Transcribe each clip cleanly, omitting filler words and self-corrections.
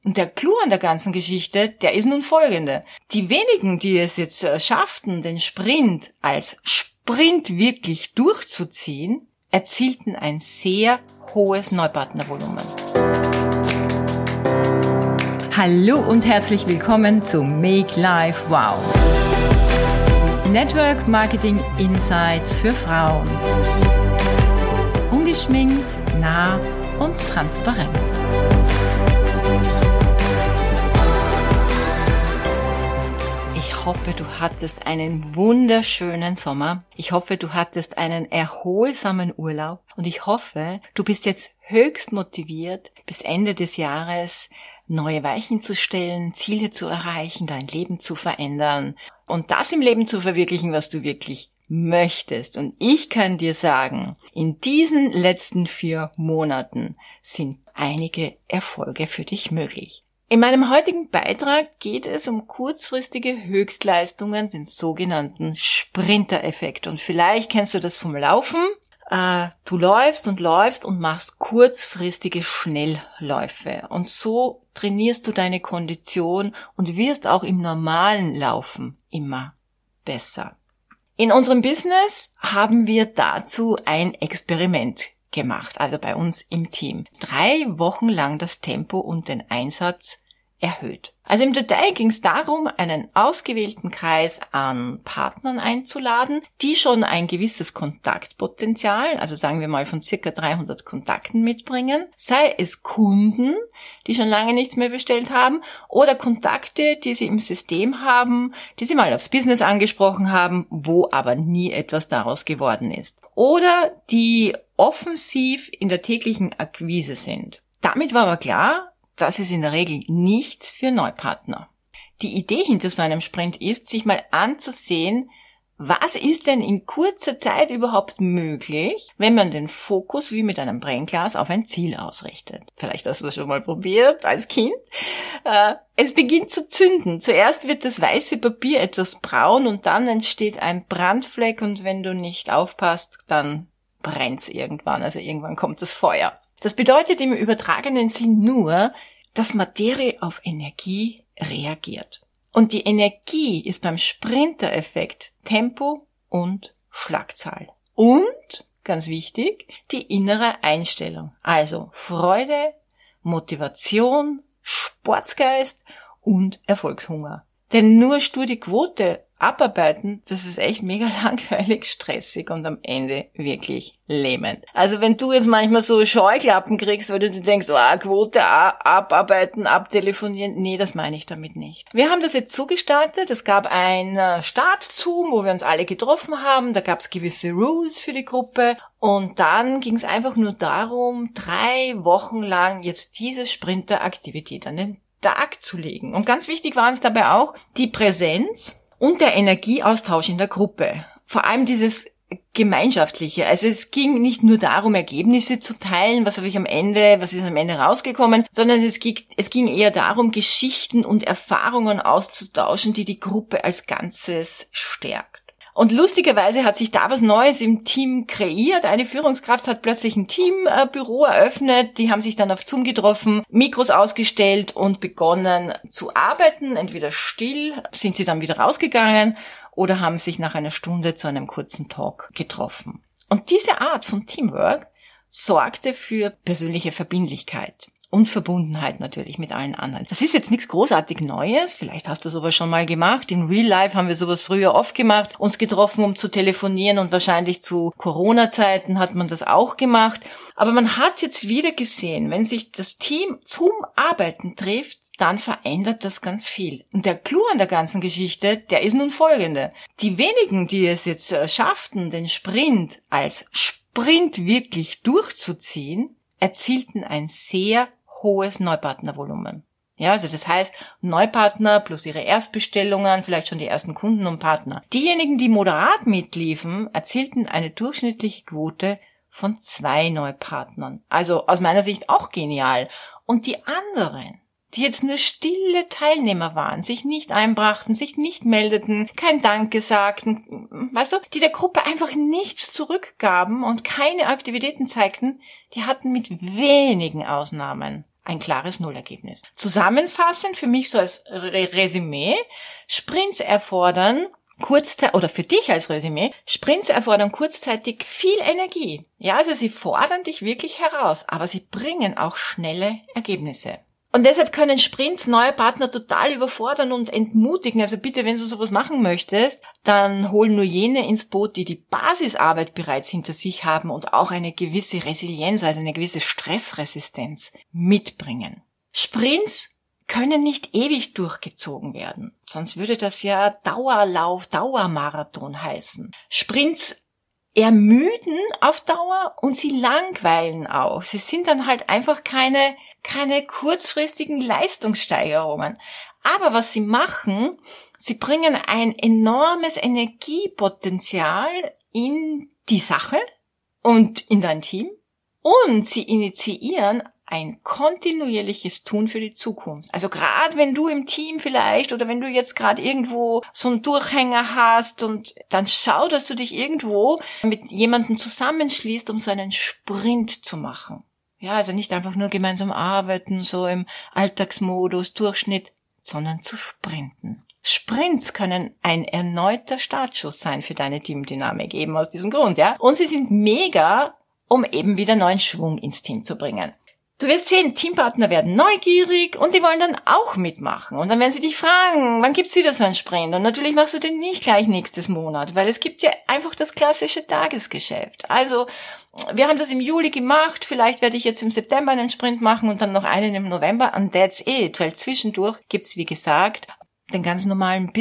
Und der Clou an der ganzen Geschichte, der ist nun folgende. Die wenigen, die es jetzt schafften, den Sprint als Sprint wirklich durchzuziehen, erzielten ein sehr hohes Neupartnervolumen. Hallo und herzlich willkommen zu Make Life Wow. Network Marketing Insights für Frauen. Ungeschminkt, nah und transparent. Ich hoffe, du hattest einen wunderschönen Sommer. Ich hoffe, du hattest einen erholsamen Urlaub. Und ich hoffe, du bist jetzt höchst motiviert, bis Ende des Jahres neue Weichen zu stellen, Ziele zu erreichen, dein Leben zu verändern und das im Leben zu verwirklichen, was du wirklich möchtest. Und ich kann dir sagen, in diesen letzten 4 Monaten sind einige Erfolge für dich möglich. In meinem heutigen Beitrag geht es um kurzfristige Höchstleistungen, den sogenannten Sprinter-Effekt. Und vielleicht kennst du das vom Laufen. Du läufst und machst kurzfristige Schnellläufe. Und so trainierst du deine Kondition und wirst auch im normalen Laufen immer besser. In unserem Business haben wir dazu ein Experiment gemacht, also bei uns im Team. 3 Wochen lang das Tempo und den Einsatz erhöht. Also im Detail ging es darum, einen ausgewählten Kreis an Partnern einzuladen, die schon ein gewisses Kontaktpotenzial, also sagen wir mal von circa 300 Kontakten mitbringen, sei es Kunden, die schon lange nichts mehr bestellt haben, oder Kontakte, die sie im System haben, die sie mal aufs Business angesprochen haben, wo aber nie etwas daraus geworden ist. Oder die offensiv in der täglichen Akquise sind. Damit war aber klar, das ist in der Regel nichts für Neupartner. Die Idee hinter so einem Sprint ist, sich mal anzusehen, was ist denn in kurzer Zeit überhaupt möglich, wenn man den Fokus wie mit einem Brennglas auf ein Ziel ausrichtet. Vielleicht hast du das schon mal probiert als Kind. Es beginnt zu zünden. Zuerst wird das weiße Papier etwas braun und dann entsteht ein Brandfleck und wenn du nicht aufpasst, dann brennt's irgendwann. Also irgendwann kommt das Feuer. Das bedeutet im übertragenen Sinn nur, dass Materie auf Energie reagiert. Und die Energie ist beim Sprinter-Effekt Tempo und Schlagzahl. Und, ganz wichtig, die innere Einstellung. Also Freude, Motivation, Sportsgeist und Erfolgshunger. Denn nur stur die Quote abarbeiten, das ist echt mega langweilig, stressig und am Ende wirklich lähmend. Also wenn du jetzt manchmal so Scheuklappen kriegst, weil du denkst, Quote abarbeiten, abtelefonieren, nee, das meine ich damit nicht. Wir haben das jetzt so gestaltet, es gab ein Start-Zoom, wo wir uns alle getroffen haben, da gab es gewisse Rules für die Gruppe und dann ging es einfach nur darum, 3 Wochen lang jetzt diese Sprinter-Aktivität an den Tag zu legen. Und ganz wichtig waren es dabei auch die Präsenz und der Energieaustausch in der Gruppe. Vor allem dieses Gemeinschaftliche. Also es ging nicht nur darum, Ergebnisse zu teilen, was ist am Ende rausgekommen, sondern es ging eher darum, Geschichten und Erfahrungen auszutauschen, die die Gruppe als Ganzes stärkt. Und lustigerweise hat sich da was Neues im Team kreiert. Eine Führungskraft hat plötzlich ein Teambüro eröffnet. Die haben sich dann auf Zoom getroffen, Mikros ausgestellt und begonnen zu arbeiten. Entweder still sind sie dann wieder rausgegangen oder haben sich nach einer Stunde zu einem kurzen Talk getroffen. Und diese Art von Teamwork sorgte für persönliche Verbindlichkeit. Und Verbundenheit natürlich mit allen anderen. Das ist jetzt nichts großartig Neues, vielleicht hast du sowas schon mal gemacht. In Real Life haben wir sowas früher oft gemacht, uns getroffen, um zu telefonieren und wahrscheinlich zu Corona-Zeiten hat man das auch gemacht. Aber man hat jetzt wieder gesehen, wenn sich das Team zum Arbeiten trifft, dann verändert das ganz viel. Und der Clou an der ganzen Geschichte, der ist nun folgende. Die wenigen, die es jetzt schafften, den Sprint als Sprint wirklich durchzuziehen, erzielten ein sehr hohes Neupartnervolumen. Ja, also das heißt, Neupartner plus ihre Erstbestellungen, vielleicht schon die ersten Kunden und Partner. Diejenigen, die moderat mitliefen, erzielten eine durchschnittliche Quote von 2 Neupartnern. Also aus meiner Sicht auch genial. Und die anderen, die jetzt nur stille Teilnehmer waren, sich nicht einbrachten, sich nicht meldeten, kein Danke sagten, weißt du, die der Gruppe einfach nichts zurückgaben und keine Aktivitäten zeigten, die hatten mit wenigen Ausnahmen ein klares Nullergebnis. Zusammenfassend für mich so als Resümee, Sprints erfordern für dich als Resümee, Sprints erfordern kurzzeitig viel Energie. Ja, also sie fordern dich wirklich heraus, aber sie bringen auch schnelle Ergebnisse. Und deshalb können Sprints neue Partner total überfordern und entmutigen. Also bitte, wenn du sowas machen möchtest, dann hol nur jene ins Boot, die die Basisarbeit bereits hinter sich haben und auch eine gewisse Resilienz, also eine gewisse Stressresistenz mitbringen. Sprints können nicht ewig durchgezogen werden. Sonst würde das ja Dauerlauf, Dauermarathon heißen. Sprints ermüden auf Dauer und sie langweilen auch. Sie sind dann halt einfach keine kurzfristigen Leistungssteigerungen. Aber was sie machen, sie bringen ein enormes Energiepotenzial in die Sache und in dein Team und sie initiieren ein kontinuierliches Tun für die Zukunft. Also gerade wenn du im Team vielleicht oder wenn du jetzt gerade irgendwo so einen Durchhänger hast und dann schau, dass du dich irgendwo mit jemandem zusammenschließt, um so einen Sprint zu machen. Ja, also nicht einfach nur gemeinsam arbeiten, so im Alltagsmodus, Durchschnitt, sondern zu sprinten. Sprints können ein erneuter Startschuss sein für deine Teamdynamik, eben aus diesem Grund, ja. Und sie sind mega, um eben wieder neuen Schwung ins Team zu bringen. Du wirst sehen, Teampartner werden neugierig und die wollen dann auch mitmachen. Und dann werden sie dich fragen, wann gibt's wieder so einen Sprint? Und natürlich machst du den nicht gleich nächstes Monat, weil es gibt ja einfach das klassische Tagesgeschäft. Also, wir haben das im Juli gemacht, vielleicht werde ich jetzt im September einen Sprint machen und dann noch einen im November, and that's it. Weil zwischendurch gibt's, wie gesagt, den ganz normalen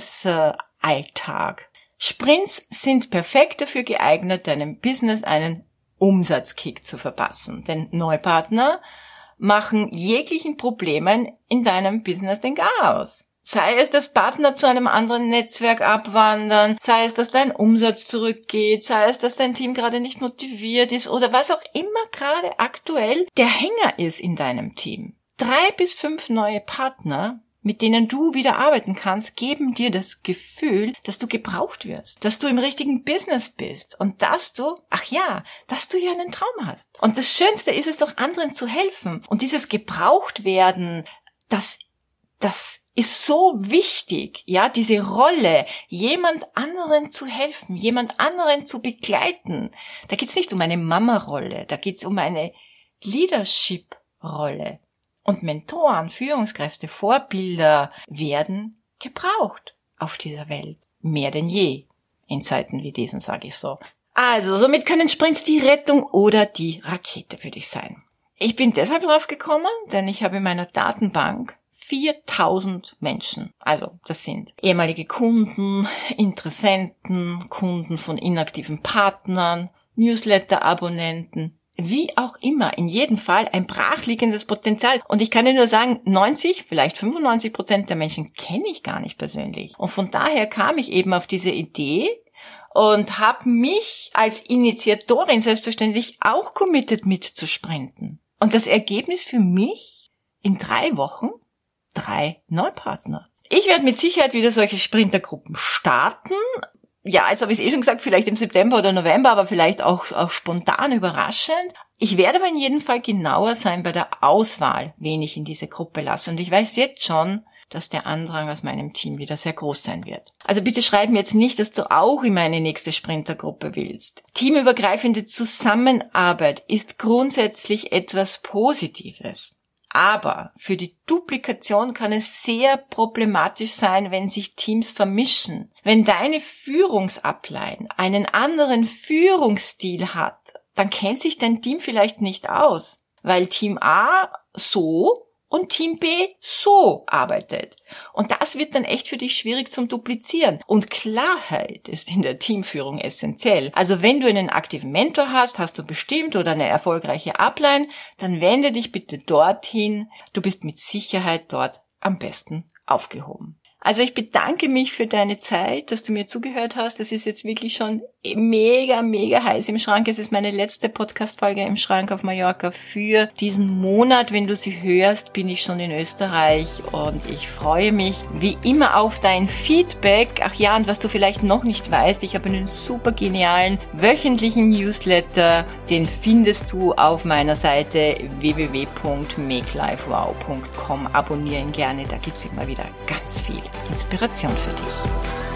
Business-Alltag. Sprints sind perfekt dafür geeignet, deinem Business einen Umsatzkick zu verpassen. Denn Neupartner machen jeglichen Problemen in deinem Business den Chaos. Sei es, dass Partner zu einem anderen Netzwerk abwandern, sei es, dass dein Umsatz zurückgeht, sei es, dass dein Team gerade nicht motiviert ist oder was auch immer gerade aktuell der Hänger ist in deinem Team. 3 bis 5 neue Partner, mit denen du wieder arbeiten kannst, geben dir das Gefühl, dass du gebraucht wirst, dass du im richtigen Business bist und dass du ja einen Traum hast. Und das Schönste ist es doch, anderen zu helfen. Und dieses Gebrauchtwerden, das ist so wichtig, ja, diese Rolle, jemand anderen zu helfen, jemand anderen zu begleiten. Da geht's nicht um eine Mama-Rolle, da geht's um eine Leadership-Rolle. Und Mentoren, Führungskräfte, Vorbilder werden gebraucht auf dieser Welt. Mehr denn je. In Zeiten wie diesen, sage ich so. Also, somit können Sprints die Rettung oder die Rakete für dich sein. Ich bin deshalb drauf gekommen, denn ich habe in meiner Datenbank 4000 Menschen. Also, das sind ehemalige Kunden, Interessenten, Kunden von inaktiven Partnern, Newsletter-Abonnenten, wie auch immer, in jedem Fall ein brachliegendes Potenzial. Und ich kann dir nur sagen, 90, vielleicht 95% der Menschen kenne ich gar nicht persönlich. Und von daher kam ich eben auf diese Idee und habe mich als Initiatorin selbstverständlich auch committed mitzusprinten. Und das Ergebnis für mich in 3 Wochen 3 Neupartner. Ich werde mit Sicherheit wieder solche Sprintergruppen starten. Ja, also habe ich es schon gesagt, vielleicht im September oder November, aber vielleicht auch spontan überraschend. Ich werde aber in jedem Fall genauer sein bei der Auswahl, wen ich in diese Gruppe lasse. Und ich weiß jetzt schon, dass der Andrang aus meinem Team wieder sehr groß sein wird. Also bitte schreib mir jetzt nicht, dass du auch in meine nächste Sprintergruppe willst. Teamübergreifende Zusammenarbeit ist grundsätzlich etwas Positives. Aber für die Duplikation kann es sehr problematisch sein, wenn sich Teams vermischen. Wenn deine Führungsablein einen anderen Führungsstil hat, dann kennt sich dein Team vielleicht nicht aus, weil Team A so und Team B so arbeitet. Und das wird dann echt für dich schwierig zum Duplizieren. Und Klarheit ist in der Teamführung essentiell. Also wenn du einen aktiven Mentor hast du bestimmt oder eine erfolgreiche Upline, dann wende dich bitte dorthin. Du bist mit Sicherheit dort am besten aufgehoben. Also ich bedanke mich für deine Zeit, dass du mir zugehört hast. Das ist jetzt wirklich schon mega, mega heiß im Schrank. Es ist meine letzte Podcast-Folge im Schrank auf Mallorca für diesen Monat. Wenn du sie hörst, bin ich schon in Österreich und ich freue mich wie immer auf dein Feedback. Ach ja, und was du vielleicht noch nicht weißt, ich habe einen super genialen wöchentlichen Newsletter. Den findest du auf meiner Seite www.makelifewow.com. Abonniere ihn gerne, da gibt's immer wieder ganz viel Inspiration für dich.